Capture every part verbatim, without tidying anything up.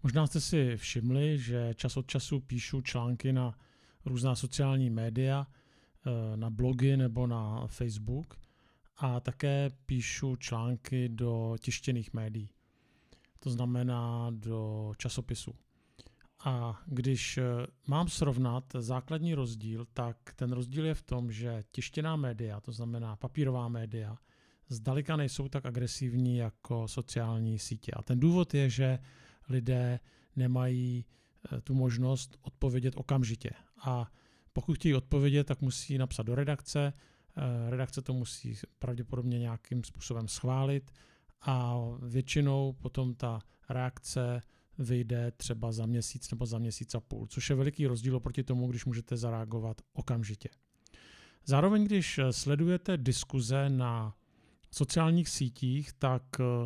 Možná jste si všimli, že čas od času píšu články na různá sociální média, na blogy nebo na Facebook a také píšu články do tištěných médií, to znamená do časopisů. A když mám srovnat základní rozdíl, tak ten rozdíl je v tom, že tištěná média, to znamená papírová média, zdaleka nejsou tak agresivní jako sociální sítě. A ten důvod je, že lidé nemají tu možnost odpovědět okamžitě. A pokud chtějí odpovědět, tak musí napsat do redakce. Redakce to musí pravděpodobně nějakým způsobem schválit a většinou potom ta reakce vyjde třeba za měsíc nebo za měsíc a půl, což je veliký rozdíl oproti tomu, když můžete zareagovat okamžitě. Zároveň, když sledujete diskuze na sociálních sítích, tak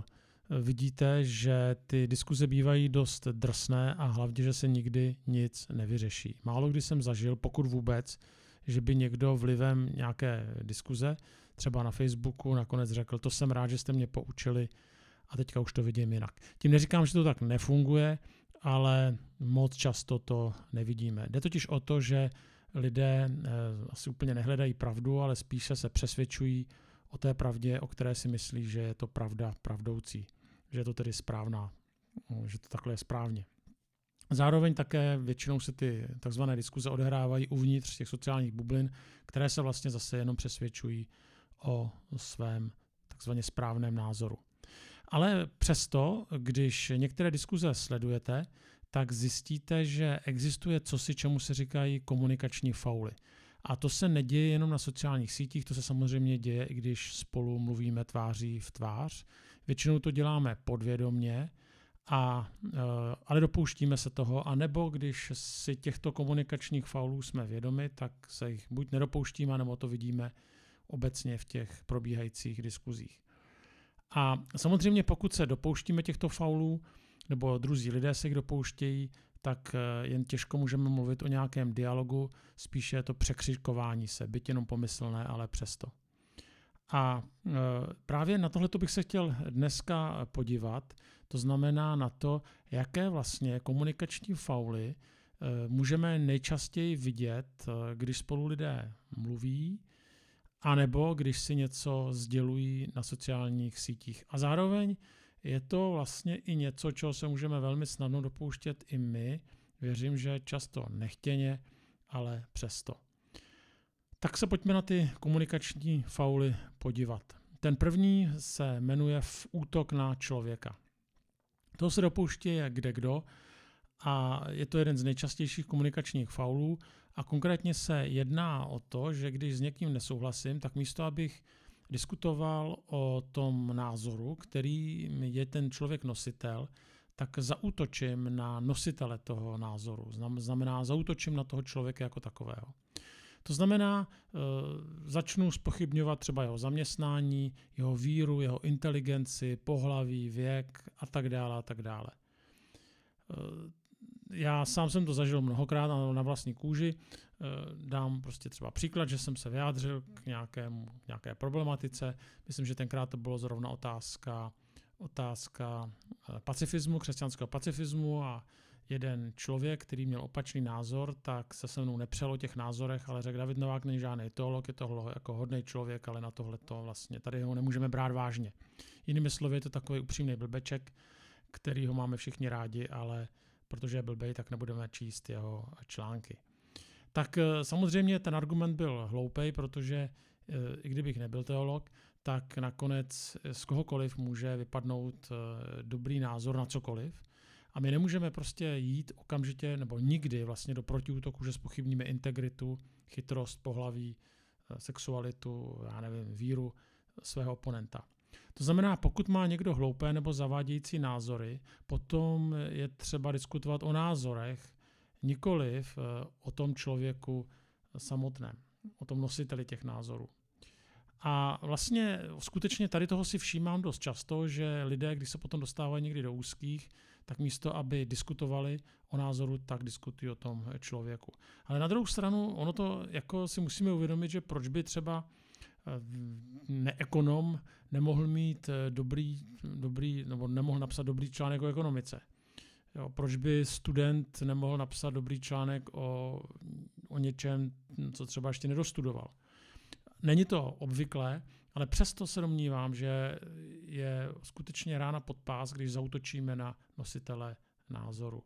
vidíte, že ty diskuze bývají dost drsné a hlavně, že se nikdy nic nevyřeší. Málo kdy jsem zažil, pokud vůbec, že by někdo vlivem nějaké diskuze, třeba na Facebooku, nakonec řekl, to jsem rád, že jste mě poučili a teďka už to vidím jinak. Tím neříkám, že to tak nefunguje, ale moc často to nevidíme. Jde totiž o to, že lidé asi úplně nehledají pravdu, ale spíše se přesvědčují o té pravdě, o které si myslí, že je to pravda pravdoucí, že je to tedy správná, že to takhle je správně. Zároveň také většinou se ty takzvané diskuze odehrávají uvnitř těch sociálních bublin, které se vlastně zase jenom přesvědčují o svém takzvaně správném názoru. Ale přesto, když některé diskuze sledujete, tak zjistíte, že existuje cosi, čemu se říkají komunikační fauly. A to se neděje jenom na sociálních sítích, to se samozřejmě děje, i když spolu mluvíme tváří v tvář. Většinou to děláme podvědomně, a, ale dopouštíme se toho, anebo když si těchto komunikačních faulů jsme vědomi, tak se jich buď nedopouštíme, nebo to vidíme obecně v těch probíhajících diskuzích. A samozřejmě pokud se dopouštíme těchto faulů, nebo druzí lidé se jich dopouštějí, tak jen těžko můžeme mluvit o nějakém dialogu, spíše je to překřikování se, byť jenom pomyslné, ale přesto. A právě na tohle bych se chtěl dneska podívat, to znamená na to, jaké vlastně komunikační fauly můžeme nejčastěji vidět, když spolu lidé mluví, anebo když si něco sdělují na sociálních sítích. A zároveň je to vlastně i něco, čeho se můžeme velmi snadno dopouštět i my. Věřím, že často nechtěně, ale přesto. Tak se pojďme na ty komunikační fauly podívat. Ten první se jmenuje útok na člověka. To se dopouští kdekdo a je to jeden z nejčastějších komunikačních faulů a konkrétně se jedná o to, že když s někým nesouhlasím, tak místo abych diskutoval o tom názoru, který je ten člověk nositel, tak zaútočím na nositele toho názoru. Znamená, zaútočím na toho člověka jako takového. To znamená, začnu zpochybňovat třeba jeho zaměstnání, jeho víru, jeho inteligenci, pohlaví, věk a tak dále a tak dále. Já sám jsem to zažil mnohokrát na vlastní kůži. Dám prostě třeba příklad, že jsem se vyjádřil k nějakému, k nějaké problematice. Myslím, že tenkrát to bylo zrovna otázka, otázka pacifismu, křesťanského pacifismu a jeden člověk, který měl opačný názor, tak se se mnou nepřel o těch názorech, ale řekl, David Novák není žádný teolog, je to jako hodný člověk, ale na tohle to vlastně tady ho nemůžeme brát vážně. Jinými slovy je to takový upřímný blbeček, který ho máme všichni rádi, ale protože je blbej, tak nebudeme číst jeho články. Tak samozřejmě ten argument byl hloupej, protože i kdybych nebyl teolog, tak nakonec z kohokoliv může vypadnout dobrý názor na cokoliv. A my nemůžeme prostě jít okamžitě nebo nikdy vlastně do protiútoku, že zpochybníme integritu, chytrost, pohlaví, sexualitu, já nevím, víru svého oponenta. To znamená, pokud má někdo hloupé nebo zavádějící názory, potom je třeba diskutovat o názorech, nikoliv o tom člověku samotném, o tom nositeli těch názorů. A vlastně skutečně tady toho si všímám dost často, že lidé, když se potom dostávají někdy do úzkých, tak místo, aby diskutovali o názoru, tak diskutují o tom člověku. Ale na druhou stranu, ono to jako si musíme uvědomit, že proč by třeba neekonom nemohl mít dobrý, dobrý, nebo nemohl napsat dobrý článek o ekonomice. Jo, proč by student nemohl napsat dobrý článek o, o něčem, co třeba ještě nedostudoval? Není to obvyklé, ale přesto se domnívám, že je skutečně rána pod pás, když zaútočíme na nositele názoru.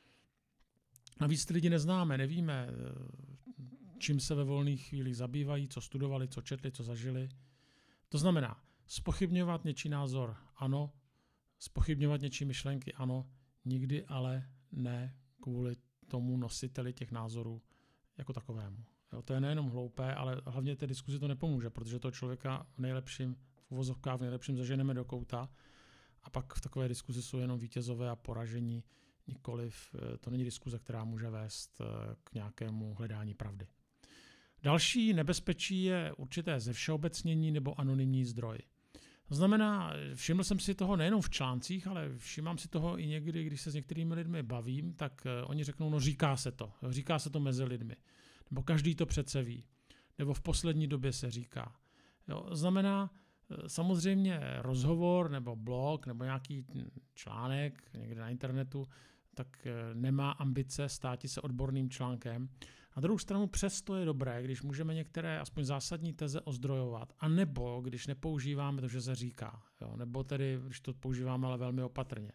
Navíc ty lidi neznáme, nevíme, čím se ve volných chvílích zabývají, co studovali, co četli, co zažili. To znamená, zpochybňovat něčí názor ano, zpochybňovat něčí myšlenky ano, nikdy ale ne kvůli tomu nositeli těch názorů jako takovému. Jo, to je nejenom hloupé, ale hlavně té diskuzi to nepomůže, protože toho člověka v nejlepším, v uvozovkách v nejlepším zaženeme do kouta a pak v takové diskuzi jsou jenom vítězové a poražení, nikoliv to není diskuze, která může vést k nějakému hledání pravdy. Další nebezpečí je určité zevšeobecnění nebo anonymní zdroj. To znamená, všiml jsem si toho nejenom v článcích, ale všímám si toho i někdy, když se s některými lidmi bavím, tak oni řeknou, no říká se to, říká se to mezi lidmi, nebo každý to přece ví, nebo v poslední době se říká. Jo, znamená, samozřejmě rozhovor nebo blog nebo nějaký článek někde na internetu, tak nemá ambice státi se odborným článkem. Na druhou stranu přesto je dobré, když můžeme některé aspoň zásadní teze ozdrojovat, a nebo když nepoužíváme to, že se říká, jo, nebo tedy když to používáme ale velmi opatrně.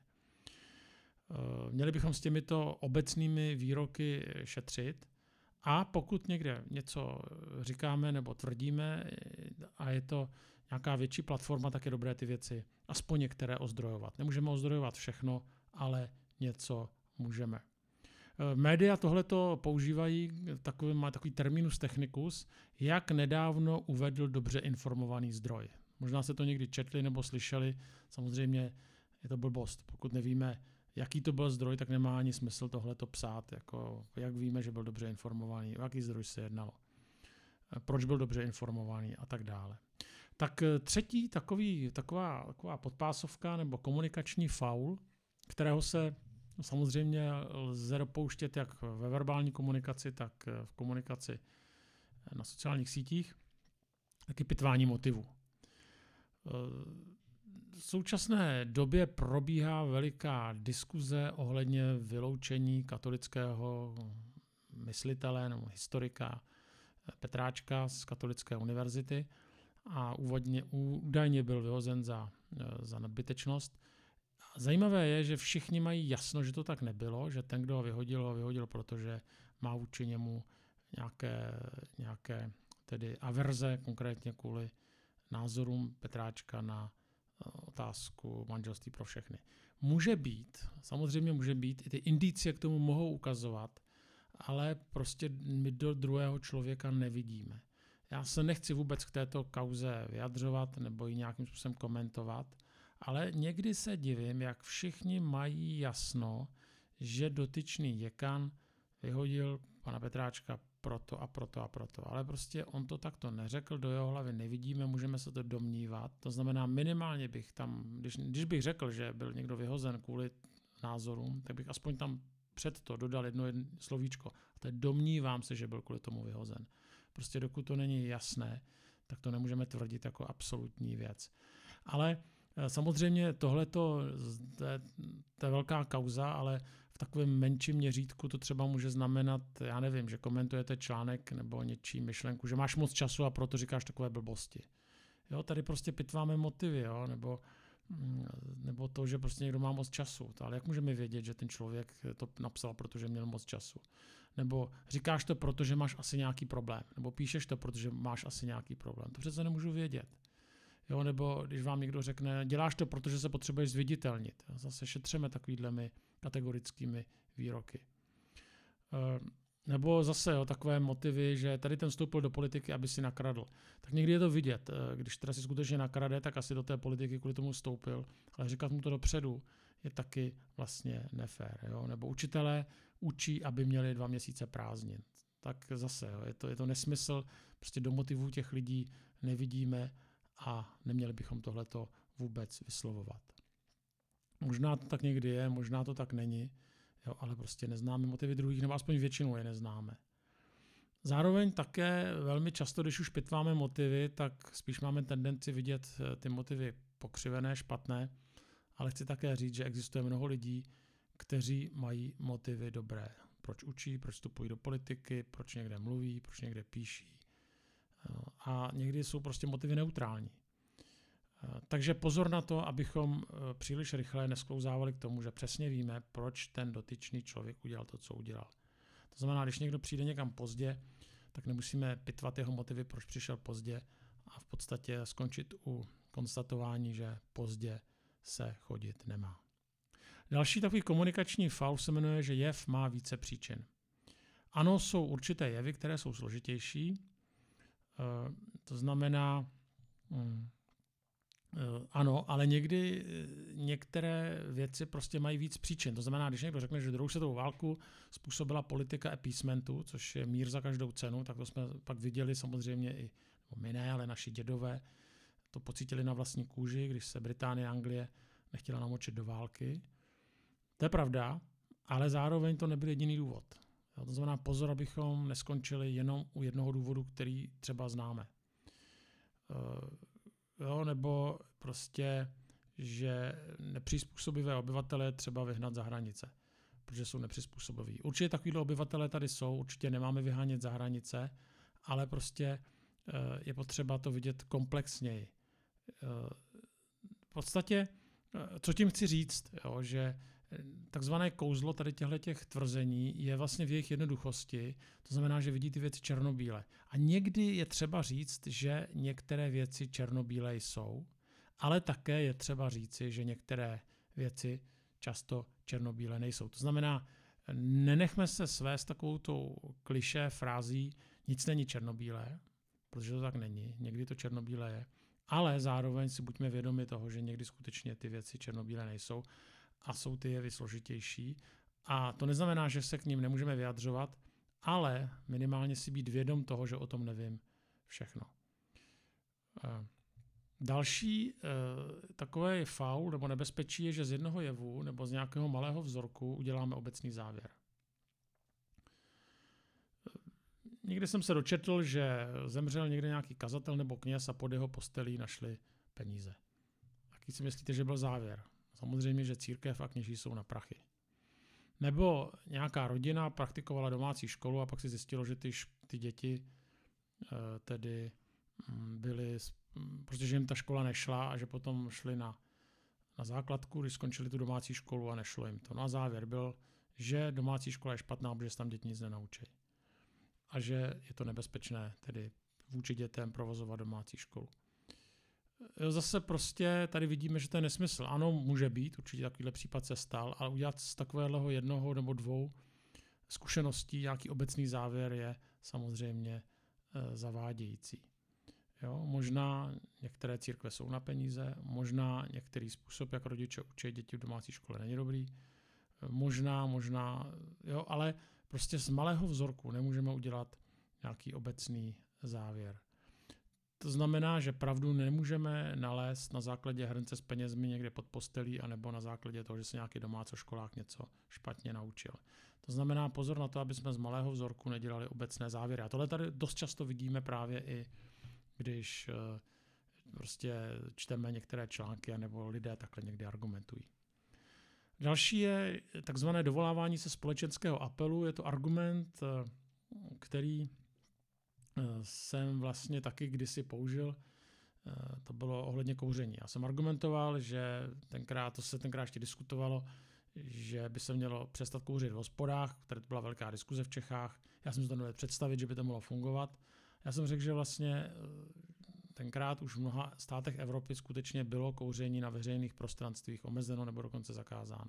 Měli bychom s těmito obecnými výroky šetřit a pokud někde něco říkáme nebo tvrdíme a je to nějaká větší platforma, tak je dobré ty věci aspoň některé ozdrojovat. Nemůžeme ozdrojovat všechno, ale něco můžeme. Média tohleto používají takový, má takový terminus technicus, jak nedávno uvedl dobře informovaný zdroj. Možná se to někdy četli nebo slyšeli, samozřejmě je to blbost. Pokud nevíme, jaký to byl zdroj, tak nemá ani smysl tohleto psát, jako jak víme, že byl dobře informovaný, o jaký zdroj se jednalo, proč byl dobře informovaný a tak dále. Tak třetí takový, taková, taková podpásovka nebo komunikační faul, kterého se samozřejmě lze dopouštět jak ve verbální komunikaci, tak v komunikaci na sociálních sítích, taky pitvání motivů. V současné době probíhá veliká diskuze ohledně vyloučení katolického myslitele nebo historika Petráčka z Katolické univerzity a úvodně, údajně byl vyhozen za, za nadbytečnost. Zajímavé je, že všichni mají jasno, že to tak nebylo, že ten, kdo ho vyhodil, ho vyhodil, protože má vůči němu nějaké, nějaké tedy averze, konkrétně kvůli názorům Petráčka na otázku manželství pro všechny. Může být, samozřejmě může být, i ty indicie k tomu mohou ukazovat, ale prostě my do druhého člověka nevidíme. Já se nechci vůbec k této kauze vyjadřovat nebo ji nějakým způsobem komentovat, ale někdy se divím, jak všichni mají jasno, že dotyčný děkan vyhodil pana Petráčka proto a proto a proto. Ale prostě on to takto neřekl, do jeho hlavy nevidíme, můžeme se to domnívat. To znamená, minimálně bych tam, když, když bych řekl, že byl někdo vyhozen kvůli názorům, tak bych aspoň tam před to dodal jedno, jedno slovíčko. A to je domnívám se, že byl kvůli tomu vyhozen. Prostě dokud to není jasné, tak to nemůžeme tvrdit jako absolutní věc. Ale samozřejmě tohleto, to je, to je velká kauza, ale v takovém menším měřítku to třeba může znamenat, já nevím, že komentujete článek nebo něčí myšlenku, že máš moc času a proto říkáš takové blbosti. Jo, tady prostě pitváme motivy, jo, nebo, nebo to, že prostě někdo má moc času. Ale jak můžeme vědět, že ten člověk to napsal, protože měl moc času? Nebo říkáš to, protože máš asi nějaký problém. Nebo píšeš to, protože máš asi nějaký problém. To přece nemůžu vědět. Jo, nebo když vám někdo řekne, děláš to, protože se potřebuješ zviditelnit. Zase šetřeme takovýhlemi kategorickými výroky. Nebo zase jo, takové motivy, že tady ten vstoupil do politiky, aby si nakradl. Tak někdy je to vidět. Když teda si skutečně nakrade, tak asi do té politiky kvůli tomu vstoupil. Ale říkat mu to dopředu je taky vlastně nefér. Jo? Nebo učitelé učí, aby měli dva měsíce prázdnin. Tak zase jo, je to, je to nesmysl. Prostě do motivů těch lidí nevidíme a neměli bychom tohleto vůbec vyslovovat. Možná to tak někdy je, možná to tak není, jo, ale prostě neznáme motivy druhých, nebo aspoň většinou je neznáme. Zároveň také velmi často, když už pitváme motivy, tak spíš máme tendenci vidět ty motivy pokřivené, špatné, ale chci také říct, že existuje mnoho lidí, kteří mají motivy dobré. Proč učí, proč vstupují do politiky, proč někde mluví, proč někde píší. A někdy jsou prostě motivy neutrální. Takže pozor na to, abychom příliš rychle nesklouzávali k tomu, že přesně víme, proč ten dotyčný člověk udělal to, co udělal. To znamená, když někdo přijde někam pozdě, tak nemusíme pitvat jeho motivy, proč přišel pozdě a v podstatě skončit u konstatování, že pozdě se chodit nemá. Další takový komunikační faul se jmenuje, že jev má více příčin. Ano, jsou určité jevy, které jsou složitější. To znamená, ano, ale někdy některé věci prostě mají víc příčin. To znamená, když někdo řekne, že druhou světovou válku způsobila politika appeasementu, což je mír za každou cenu, tak to jsme pak viděli samozřejmě i, nebo my ne, ale naši dědové to pocítili na vlastní kůži, když se Británie a Anglie nechtěla namočit do války. To je pravda, ale zároveň to nebyl jediný důvod. To znamená pozor, abychom neskončili jenom u jednoho důvodu, který třeba známe. Jo, nebo prostě, že nepřizpůsobivé obyvatele třeba vyhnat za hranice, protože jsou nepřizpůsobiví. Určitě takovýhle obyvatele tady jsou, určitě nemáme vyhánět za hranice, ale prostě je potřeba to vidět komplexněji. V podstatě, co tím chci říct, jo, že takzvané kouzlo tady těchto tvrzení je vlastně v jejich jednoduchosti, to znamená, že vidí ty věci černobíle. A někdy je třeba říct, že některé věci černobílé jsou, ale také je třeba říci, že některé věci často černobílé nejsou. To znamená, nenechme se svést takovou tou klišé frází, nic není černobílé, protože to tak není, někdy to černobílé je, ale zároveň si buďme vědomi toho, že někdy skutečně ty věci černobílé nejsou a jsou ty jevy složitější. A to neznamená, že se k ním nemůžeme vyjadřovat, ale minimálně si být vědom toho, že o tom nevím všechno. Další takové faul nebo nebezpečí je, že z jednoho jevu nebo z nějakého malého vzorku uděláme obecný závěr. Někdy jsem se dočetl, že zemřel někde nějaký kazatel nebo kněz a pod jeho postelí našli peníze. Jaký si myslíte, že byl závěr? Samozřejmě, že církev a kněží jsou na prachy. Nebo nějaká rodina praktikovala domácí školu a pak si zjistilo, že ty, ty děti tedy byly, protože jim ta škola nešla a že potom šli na, na základku, když skončili tu domácí školu a nešlo jim to. No a závěr byl, že domácí škola je špatná, protože se tam děti nic nenaučí. A že je to nebezpečné tedy vůči dětem provozovat domácí školu. Zase prostě tady vidíme, že to je nesmysl. Ano, může být, určitě takovýhle případ se stal, ale udělat z takového jednoho nebo dvou zkušeností nějaký obecný závěr je samozřejmě e, zavádějící. Jo, možná některé církve jsou na peníze, možná některý způsob, jak rodiče učí děti v domácí škole, není dobrý, možná, možná, jo, ale prostě z malého vzorku nemůžeme udělat nějaký obecný závěr. To znamená, že pravdu nemůžeme nalézt na základě hrnce s penězmi někde pod postelí anebo na základě toho, že se nějaký domácoškolák něco špatně naučil. To znamená pozor na to, aby jsme z malého vzorku nedělali obecné závěry. A tohle tady dost často vidíme právě i, když prostě čteme některé články nebo lidé takhle někdy argumentují. Další je takzvané dovolávání se společenského apelu. Je to argument, který jsem vlastně taky kdysi použil, to bylo ohledně kouření. Já jsem argumentoval, že tenkrát, to se tenkrát ještě diskutovalo, že by se mělo přestat kouřit v hospodách, které to byla velká diskuze v Čechách. Já jsem si to nevěděl představit, že by to mohlo fungovat. Já jsem řekl, že vlastně tenkrát už v mnoha státech Evropy skutečně bylo kouření na veřejných prostranstvích omezeno nebo dokonce zakázáno.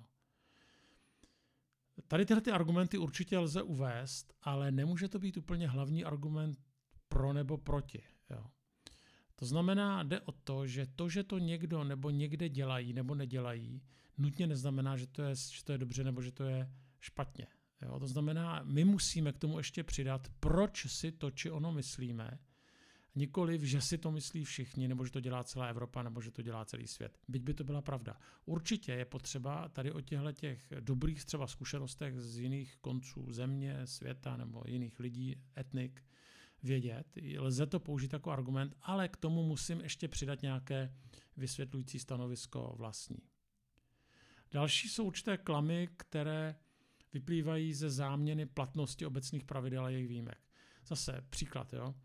Tady tyhle ty argumenty určitě lze uvést, ale nemůže to být úplně hlavní argument pro nebo proti. Jo. To znamená, jde o to, že to, že to někdo nebo někde dělají nebo nedělají, nutně neznamená, že to je, že to je dobře nebo že to je špatně. Jo. To znamená, my musíme k tomu ještě přidat, proč si to či ono myslíme, nikoliv, že si to myslí všichni, nebo že to dělá celá Evropa, nebo že to dělá celý svět. Byť by to byla pravda. Určitě je potřeba tady o těchto těch dobrých třeba zkušenostech z jiných konců země, světa nebo jiných lidí, etnik, vědět. Lze to použít jako argument, ale k tomu musím ještě přidat nějaké vysvětlující stanovisko vlastní. Další jsou určité klamy, které vyplývají ze záměny platnosti obecných pravidel a jejich výjimek. Zase příklad, jo.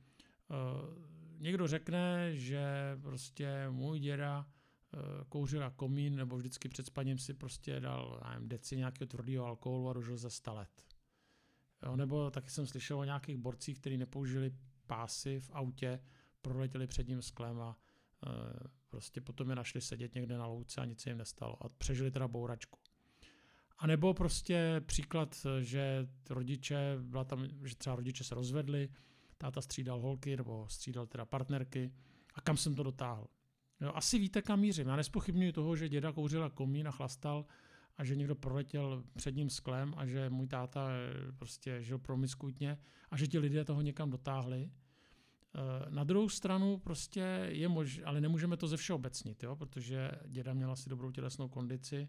Někdo řekne, že prostě můj děda kouřil na komín nebo vždycky před spaním si prostě dal nevím, deci nějakého tvrdého alkoholu a dožil za sto let. Jo, nebo taky jsem slyšel o nějakých borcích, kteří nepoužili pásy v autě, proletěli před ním sklem a e, prostě potom je našli sedět někde na louce a nic se jim nestalo. A přežili teda bouračku. A nebo prostě příklad, že rodiče, byla tam, že třeba rodiče se rozvedli, táta střídal holky nebo střídal teda partnerky a kam jsem to dotáhl. Jo, asi víte, kam mířím. Já nespochybnuju toho, že děda kouřil komín a chlastal a že někdo proletěl před ním sklem a že můj táta prostě žil promiskuitně a že ti lidé toho někam dotáhli. Na druhou stranu prostě je možné, ale nemůžeme to ze všeobecnit, jo, protože děda měl asi dobrou tělesnou kondici.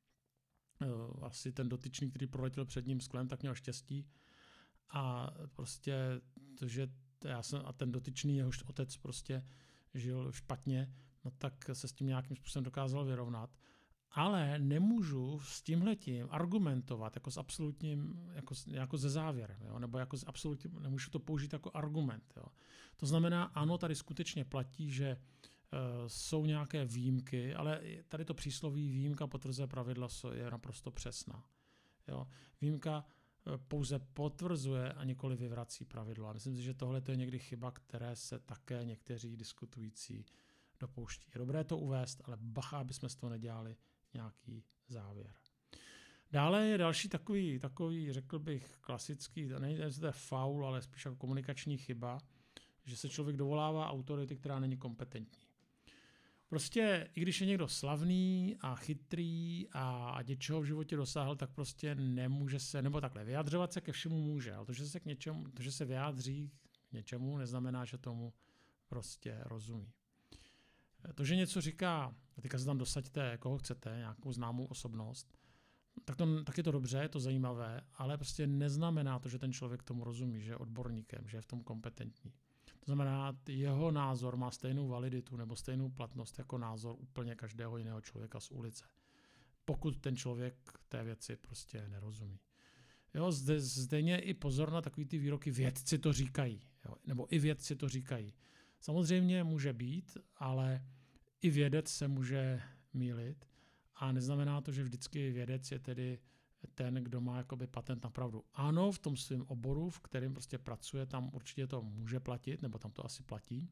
Asi ten dotyčný, který proletěl před ním sklem, tak měl štěstí. A prostě to, že já jsem, a ten dotyčný, jehož otec prostě žil špatně, no tak se s tím nějakým způsobem dokázal vyrovnat. Ale nemůžu s tímhletím argumentovat jako s absolutním, jako, jako ze závěrem, jo? Nebo jako s absolutním, nemůžu to použít jako argument. Jo? To znamená, ano, tady skutečně platí, že uh, jsou nějaké výjimky, ale tady to přísloví výjimka potvrzuje pravidla je naprosto přesná. Jo? Výjimka uh, pouze potvrzuje a nikoli vyvrací pravidla. Myslím si, že tohle je někdy chyba, které se také někteří diskutující dopouští. Je dobré to uvést, ale bacha, aby jsme z toho nedělali nějaký závěr. Dále je další takový, takový řekl bych, klasický, není to je faul, ale spíš jako komunikační chyba, že se člověk dovolává autority, která není kompetentní. Prostě, i když je někdo slavný a chytrý a něčeho v životě dosáhl, tak prostě nemůže se, nebo takhle, vyjadřovat se ke všemu může, ale to, že se k něčemu, to, že se vyjádří k něčemu, neznamená, že tomu prostě rozumí. To, že něco říká, teďka se tam dosaďte, koho chcete, nějakou známou osobnost, tak, to, tak je to dobře, je to zajímavé, ale prostě neznamená to, že ten člověk tomu rozumí, že je odborníkem, že je v tom kompetentní. To znamená, jeho názor má stejnou validitu nebo stejnou platnost jako názor úplně každého jiného člověka z ulice. Pokud ten člověk té věci prostě nerozumí. Jo, zde, stejně i pozor na takový ty výroky, vědci to říkají, jo, nebo i vědci to říkají. Samozřejmě může být, ale i vědec se může mýlit a neznamená to, že vždycky vědec je tedy ten, kdo má jakoby patent na pravdu. Ano, v tom svém oboru, v kterém prostě pracuje, tam určitě to může platit, nebo tam to asi platí.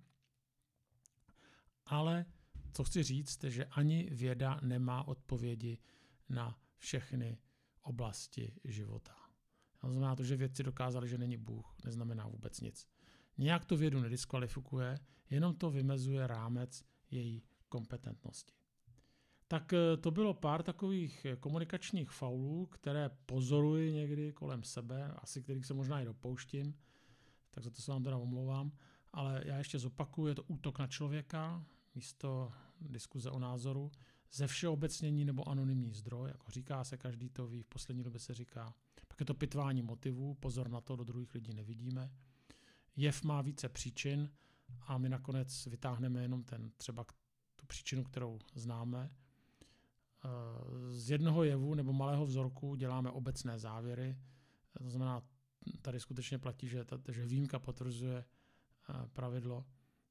Ale co chci říct, že ani věda nemá odpovědi na všechny oblasti života. To znamená to, že vědci dokázali, že není Bůh, neznamená vůbec nic. Nějak to vědu nediskvalifikuje, jenom to vymezuje rámec její kompetentnosti. Tak to bylo pár takových komunikačních faulů, které pozoruji někdy kolem sebe, asi kterých se možná i dopouštím, tak za to se vám teda omlouvám, ale já ještě zopakuju, je to útok na člověka, místo diskuze o názoru, ze všeobecnění nebo anonymní zdroj, jako říká se, každý to ví, v poslední době se říká. Pak je to pitvání motivů, pozor na to, do druhých lidí nevidíme. Jev má více příčin a my nakonec vytáhneme jenom ten, třeba tu příčinu, kterou známe. Z jednoho jevu nebo malého vzorku děláme obecné závěry. To znamená, tady skutečně platí, že, ta, že výjimka potvrzuje pravidlo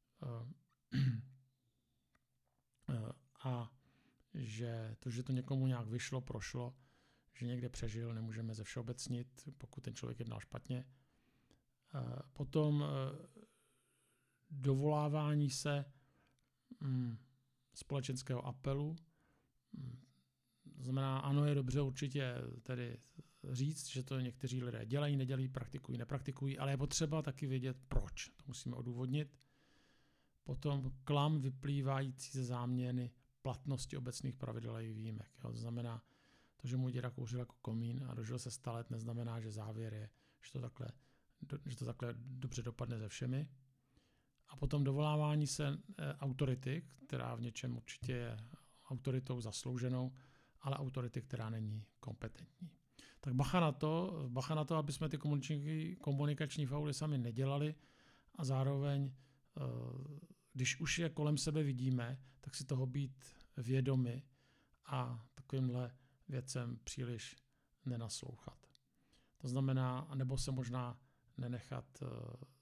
a že to, že to někomu nějak vyšlo, prošlo, že někde přežil, nemůžeme ze všeobecnit, pokud ten člověk jednal špatně. Potom dovolávání se společenského apelu. To znamená, ano, je dobře určitě tedy říct, že to někteří lidé dělají, nedělají, praktikují, nepraktikují, ale je potřeba taky vědět, proč. To musíme odůvodnit. Potom klam vyplývající ze záměny platnosti obecných pravidel a jejich výjimek. Jo. To znamená, to, že můj děda kouřil jako komín a dožil se sto let, neznamená, že závěr je, že to takhle, že to takhle dobře dopadne se všemi. A potom dovolávání se e, autority, která v něčem určitě je autoritou zaslouženou, ale autority, která není kompetentní. Tak bacha na to, bacha na to, aby jsme ty komunikační, komunikační fauly sami nedělali a zároveň, e, když už je kolem sebe vidíme, tak si toho být vědomi a takovýmhle věcem příliš nenaslouchat. To znamená, nebo se možná nenechat uh,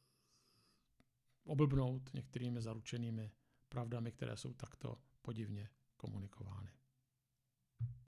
oblbnout některými zaručenými pravdami, které jsou takto podivně komunikovány.